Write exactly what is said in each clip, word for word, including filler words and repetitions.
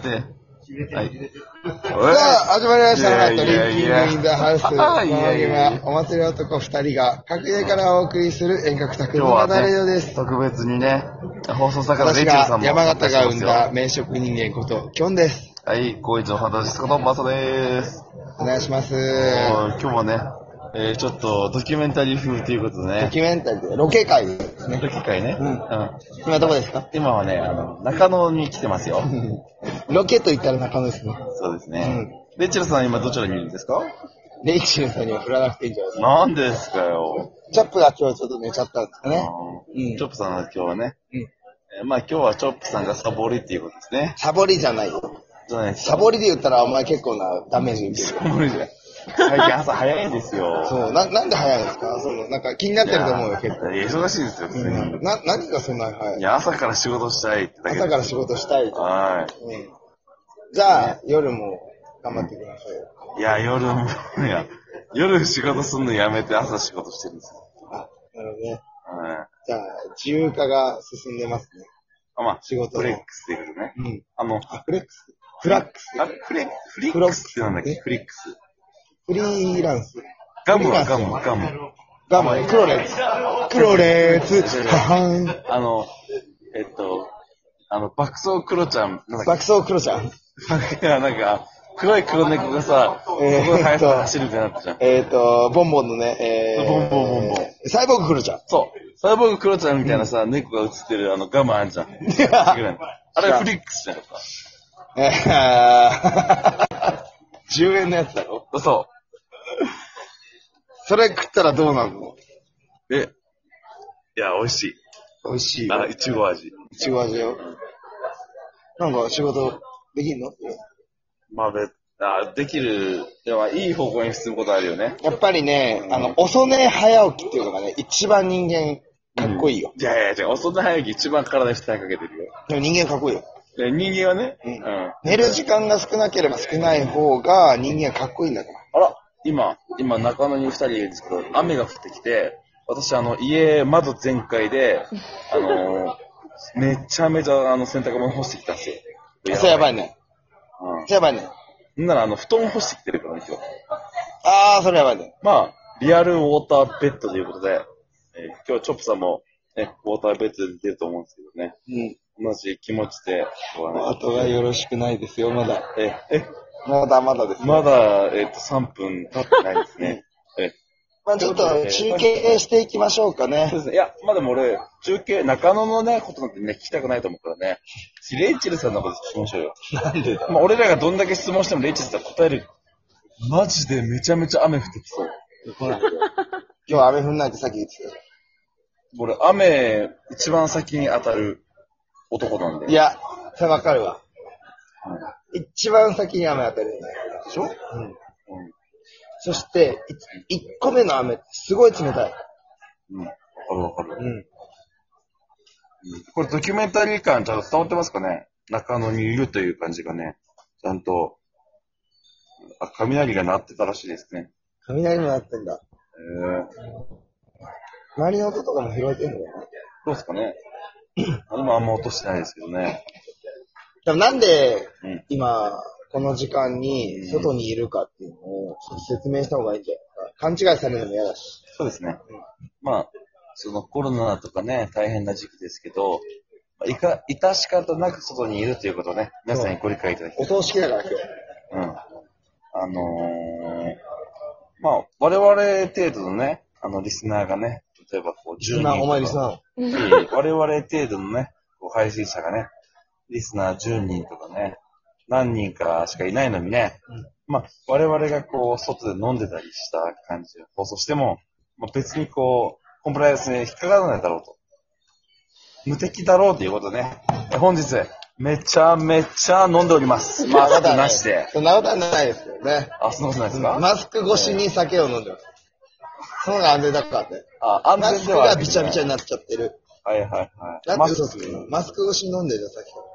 。はい。 さあ、始まりました。 いトリやいやいやンキングインザハウス。この番いやい組やいやはお祭り男二人が各家からお送りする遠隔宅のナダレオです。 特別にね、放送作家のレ私イチェルさんもが山形が生んだね。 名食人間ことキョンです。 はい、高一の肌質ことマサです。 お願いします。 今日もね、えー、ちょっとドキュメンタリー風ということでね。 ドキュメンタリーでロケ会ですね。 ロケ会ね。 うん。 うん、 今どこですか？ 今はね、あの、中野に来てますよ。 ロケと言ったら中野ですね。 そうですね。うん、レイチェルさん今どちらにいるんですか？ レイチェルさんには振らなくていいんじゃないですか。 なんですかよ。 チョップが今日ちょっと寝ちゃったんですかね。 うん、チョップさんは今日はね。 うん。 えー、まあ今日はチョップさんがサボりっていうことですね。 サボりじゃないよ。 じゃないサボりで言ったらお前結構なダメージ受ける。 サボりじゃない。最近朝早いんですよ。 そう、な、なんで早いんですか？その、なんか気になってると思うよ、結構。 忙しいですよ、普通に。 うん、な、何がそんなに早い？ いや、朝から仕事したいってだけ朝から仕事したい。 はい。 うん。じゃあ、夜も頑張ってくださいよ。 いや、夜も、いや、夜仕事するのやめて朝仕事してるんですよ。 あ、なるほどね。 はい。 じゃあ、自由化が進んでますね。 あ、まあ、 仕事の。 フレックスっていうことね。 うん。 あの、 あ、フレックスフラックス。 あれフレ、フリックスってなんだっけ？フリックス。 フリーランス。 ガムはガム、ガム。 ガム、クロレーツ。クロレーツ、ははん。 あの、えっと、あの、爆走クロちゃん。 爆走クロちゃん。 いや、なんか、黒い黒猫がさ、 えー、 すごい速さで走るってなったじゃん。 えっ、ー、と、ボンボンのね、えー、 ボンボンボンボン。 サイボーグクロちゃん。 そう。サイボーグクロちゃんみたいなさ、うん、猫が映ってるあのガムあんじゃん。あれフリックスじゃん。 えー、じゅうえんのやつだろ？ そう。 それ食ったらどうなるの？ え、いや、美味しい。 美味しい。 あ、いちご味。 いちご味よ。なんか仕事できんの？ まあ、べ、あ、できる。でも、いい方向に進むことあるよね。 やっぱりね、うん、あの、遅寝早起きっていうのがね、一番人間かっこいいよ。 うん、いやいやいや、遅寝早起き一番体に負担かけてるよ。 でも人間かっこいいよ。 人間はね、 うん、うん。寝る時間が少なければ少ない方が人間かっこいいんだから。 あら、今、今中野に二人いるんですけど、雨が降ってきて、私あの、家、窓全開で、あのー、めちゃめちゃあの、洗濯物干してきたんですよ。 それやばいね。 うん。 それやばいね。 んならあの、布団干してきてるからね、今日。 あー、それやばいね。 まあ、リアルウォーターベッドということで、えー、今日チョップさんも、ね、ウォーターベッドで出ると思うんですけどね。うん。同じ気持ちで、 今日はね。あとがよろしくないですよ、まだ。 え、え、 まだまだです、ね。 まだ、えっ、ー、と、さんぷん経ってないですね。え、 まあちょっと中継していきましょうかね。 そうですね。いや、まあでも俺、中継、中野のね、ことなんてね、聞きたくないと思うからね。レイチェルさんのこと聞きましょうよ。 なんでだ？ まあ俺らがどんだけ質問してもレイチェルさん答える。マジでめちゃめちゃ雨降ってきそう。 ほら。今日雨降んないってさっき言ってたよ。 俺、雨、一番先に当たる男なんで。 いや、それわかるわ。うん、一番先に雨当たるんだよ。でしょ？うん。うん。そして、いっこめの雨ってすごい冷たい。 うん。わかるわかる。うん。これドキュメンタリー感ちゃんと伝わってますかね？中野にいるという感じがね、ちゃんと、あ、雷が鳴ってたらしいですね。 雷も鳴ってんだ。 へえ。 周りの音とかも拾えてんのかな？ どうですかね？あれもあんま音してないですけどね。 でもなんで、今、この時間に外にいるかっていうのを説明した方がいいんじゃないか。勘違いされるのも嫌だし。 そうですね。うん、まあ、そのコロナとかね、大変な時期ですけど、いか、致し方なく外にいるということをね、皆さんにご理解いただきたい。 お葬式だから今日。 うん。あのー、まあ、我々程度のね、あの、リスナーがね、例えばこう、じゅうにんとか。 お前リスナー我々程度のね、こう配信者がね、リスナーじゅうにんとかね、何人かしかいないのにね、うん、まあ、我々がこう、外で飲んでたりした感じで放送しても、まあ、別にこう、コンプライアンスに引っかからないだろうと。無敵だろうということでね、本日、めちゃめちゃ飲んでおります。マスクなしで。 そんなことはないですよね。 あ、そんなことないですか？ マスク越しに酒を飲んでます。その方が安全だからね。 あ、安全では、ね。マスクがびちゃびちゃになっちゃってる。 はいはいはい。 なんで嘘つくの？マスク越しに飲んでるよ、さっきから。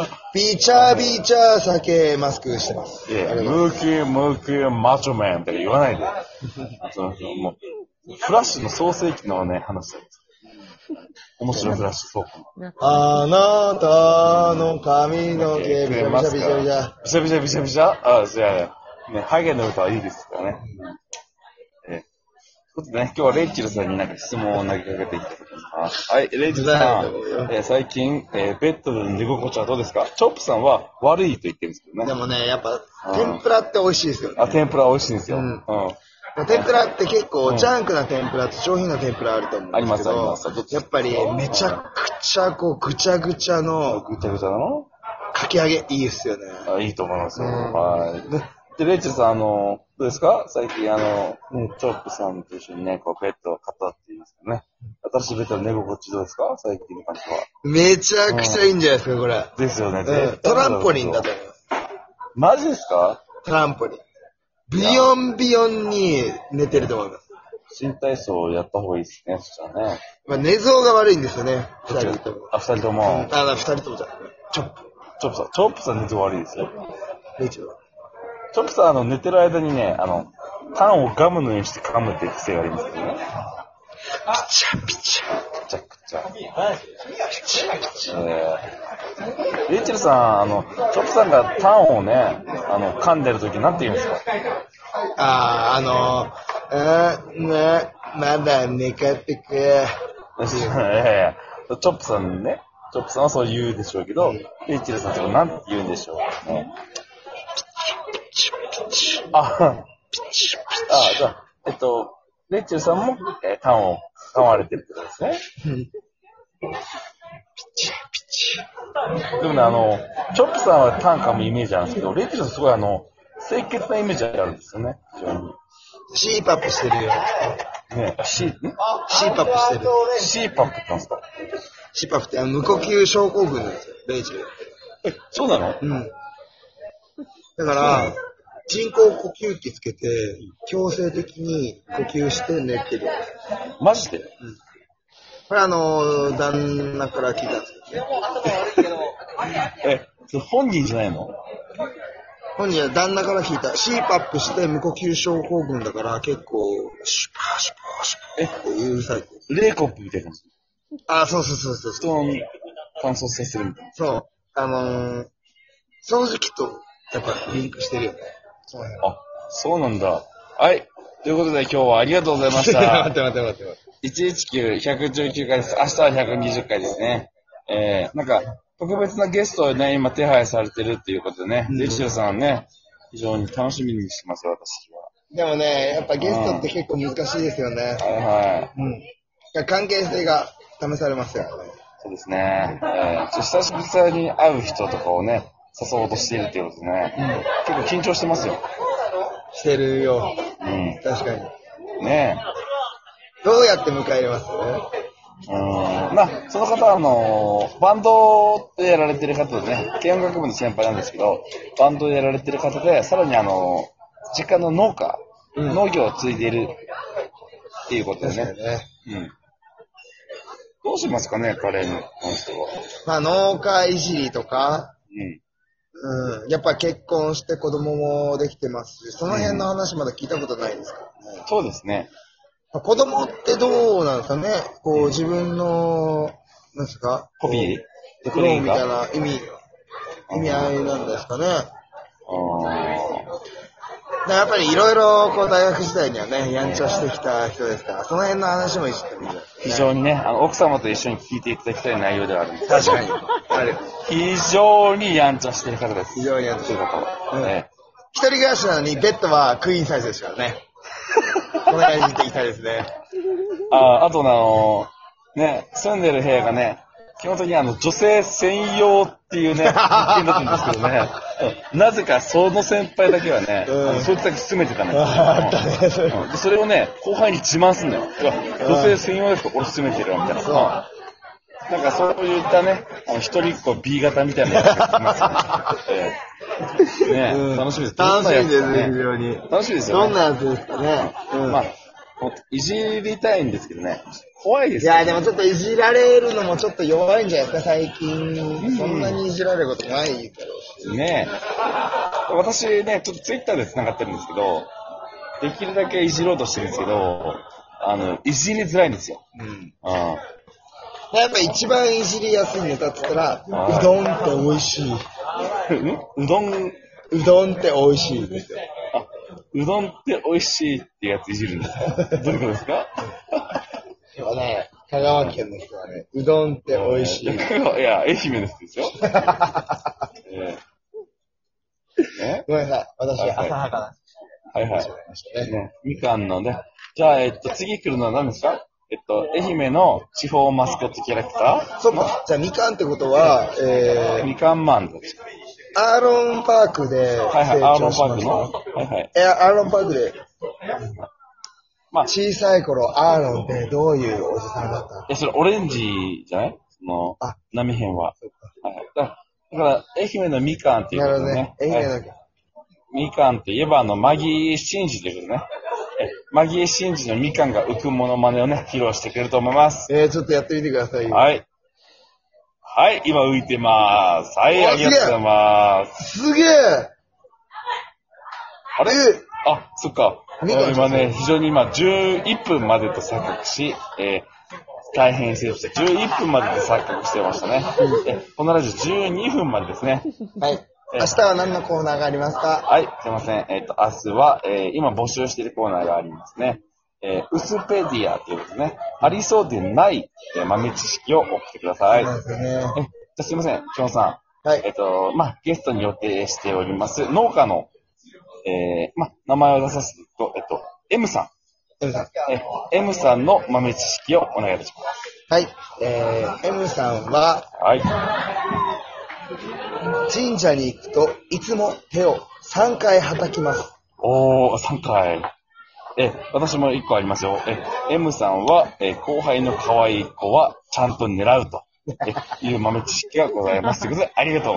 ビチャビチャ酒マスクしてます。 いや、ムーキームーキーマチョメンって言わないで。そのもうフラッシュの創世記のね、話なんです。 面白いフラッシュそうかも。 あなたの髪の毛、びしゃびしゃびしゃびしゃ。 びしゃびしゃびしゃびしゃあ、じゃあ、ね、ハゲの歌はいいですからね。えー、ということでね、今日はレイチェルさんになんか質問を投げかけていきたいと思います。はい、レイチェルさん、えー、最近、えー、ベッドでの寝心地はどうですか？チョップさんは悪いと言ってるんですけどね。 でもね、やっぱ、天ぷらって美味しいですよね。 あ、天ぷら美味しいんですよ。うん。うん天ぷらって結構、ジャンクな天ぷらと上品な天ぷらあると思うんですけど、 ありますあります。 やっぱりめちゃくちゃこう、ぐちゃぐちゃの、 ぐちゃぐちゃのかき揚げいいですよね。 あ、いいと思いますよ。はい。で、でレイチェルさん、あの、どうですか？最近、あの、ね、チョップさんと一緒にね、こう、ベッドを買ったって言いますけどね。新しいベッドの寝心地どうですか？最近の感じは。 めちゃくちゃいいんじゃないですか、これ。 ですよね。 うん、トランポリンだと思います。 マジですか？ トランポリン。ビヨンビヨンに寝てると思います。 新体操をやった方がいいですね、そしたらね。 まあ、寝相が悪いんですよね、二人とも。 あ、二人とも。 うん、あ、二人ともじゃない。チョップ。 チョップさん、チョップさん寝相悪いですよ。 レイチェルは。 チョップさん、あの、寝てる間にね、あの、タンをガムのようにして噛むっていう癖がありますけどね。 ピチャピチャ。 ピチャピチャ。ピチャピチャ。えー、レイチェルさん、あの、チョップさんがタンをね、あの、噛んでるときなんて言うんですか？ あー、あのー、うん、ね、まだ寝かってく。いやいやいや、チョップさんね、チョップさんはそう言うでしょうけど、レイチェルさんとかなんて言うんでしょうね。あ、あ、じゃあ、えっと、レイチェルさんも、えー、タンを噛まれてるってことですね。ピチピチ。でもね、あの、チョップさんはタン噛むイメージあるんですけど、レイチェルさんすごいあの、清潔なイメージあるんですよね、非常に。 シーパップしてるよ。 ね、シー、んシーパップしてる。 シーパップってなんですか？ シーパップって無呼吸症候群なんですよ、レイチェル。 え、そうなの？ うん。だから、人工呼吸器つけて、強制的に呼吸して寝てる。 マジで？うん。 これあの、旦那から聞いたんですけどね。 え、それ本人じゃないの？ 本人は旦那から聞いた。シーパップして無呼吸症候群だから結構、シュパーシュパーシュパーってうるさい。 レイコップみたいな感じ。 あ、そうそうそうそう。 布団乾燥させるみたいな。 そう。あのー、掃除機とやっぱリンクしてるよね。 そうあ、そうなんだ。はい。ということで今日はありがとうございました。 待って待って待って待って。 いちいちきゅう、ひゃくじゅうきゅうかいです。明日はひゃくにじゅっかいですね。えー、なんか、特別なゲストをね、今手配されてるっていうことでね、レイチェルさんね、非常に楽しみにしてますよ、私は。でもね、やっぱゲストって結構難しいですよね。はいはい。 うん。関係性が試されますよね。 そうですね。えー、久しぶりに会う人とかをね、誘おうとしているっていうことでね、うん、結構緊張してますよ。 してるよ。 うん。 確かに。 ねえ。どうやって迎え入れます？ うーん。まあ、その方は、あのー、バンドでやられてる方でね、軽音楽部の先輩なんですけど、バンドでやられてる方で、さらにあのー、実家の農家、うん、農業を継いでいるっていうことでね。ねうん。どうしますかね、彼のこの人は。 まあ、農家いじりとか、 うん。 うん。やっぱ結婚して子供もできてますし、その辺の話まだ聞いたことないですからね。 うん、そうですね。 子供ってどうなんですかね、こう自分の、なんですかホビープロみたいな意味、意味合いなんですかね。やっぱりいろいろこう大学時代にはね、やんちゃしてきた人ですから、その辺の話もいじってみる、ね。 非常にね、あの、奥様と一緒に聞いていただきたい内容ではあるんです。 確かに。 非常にやんちゃしてる方です。 非常にやんちゃしてる方は。うんね、 一人暮らしなのにベッドはクイーンサイズですからね。この辺に行っていきたいですね。 あ、あとね、あの、ね、住んでる部屋がね、基本的にあの、女性専用っていうね、物件だったんですけどね、なぜかその先輩だけはね、うん、あのそいつだけ住めてたんですよ。あったね、それ、うん。で、それをね、後輩に自慢すんだよ。女性専用ですか、俺住めてるよ、みたいな。うん、なんかそういったね、あの一人っ子 ビー 型みたいなやつが来ますよね。ね、うん、楽しみです。 楽しみですね、非常に。 楽しみですよね。 どんなやつですかね。 うん、まあ、いじりたいんですけどね。怖いですよ、 ね。いや、でもちょっといじられるのもちょっと弱いんじゃないですか、最近。そんなにいじられることないだろうし。 ねえ。私ね、ちょっとツイッターで繋がってるんですけど、できるだけいじろうとしてるんですけど、あの、いじりづらいんですよ。うん。うん。 やっぱ一番いじりやすいネタって言ったら、うどんって美味しい。 うどん、 うどんって美味しいですよ。 あ、うどんって美味しいってやついじるんですか？どういうことですか？ でもね、香川県の人はね、うどんって美味しい。 いや、愛媛の人ですよ。えー、ごめんなさい。私、浅はかな。 はいはい。ね、みかんのね。じゃあ、えっと、次来るのは何ですか？えっと、愛媛の地方マスコットキャラクター？ そうか。じゃあ、みかんってことは、えー、みかんマンです。 アーロンパークで成長しました。はいはい、アーロンパークのはいはい。え、アーロンパークで。まあ、小さい頃、アーロンってどういうおじさんだった？ え、それオレンジじゃない？その、あ、波辺は。はいはい。だから、だから愛媛のみかんっていうことね。なるほどね。愛媛の、はい、みかんって言えば、あの、マギー真司ということね。え、マギー真司のみかんが浮くモノマネをね、披露してくれると思います。 えー、ちょっとやってみてくださいよ。 はい。はい、今浮いてまーす。はい、ありがとうございます。 すげえあれあ、そっか。今ね、非常に今じゅういっぷんまでと錯覚し、えー、大変失礼しました。じゅういっぷんまでと錯覚してましたね。えこのラジオじゅうにふんまでですね。 はい。明日は何のコーナーがありますか？ はい、すいません。えっと、明日は、えー、今募集しているコーナーがありますね。えー、ウスペディアということですね。ありそうでない、えー、豆知識を送ってください。 そうですね。 えじゃすいません、きょんさん。はい。 えっと、まあ、ゲストに予定しております、農家の、えー、まあ、名前を出させると、えっと、M さん。 M さん。 え、M さんの豆知識をお願いいたします。 はい。えー、M さんは、 はい。 神社に行くといつも手をさんかい叩きます。 おー、さんかい。え、私もいっこありますよ。え、M さんは、え、後輩の可愛い子はちゃんと狙うと、えいう豆知識がございます。ということで、ありがとう。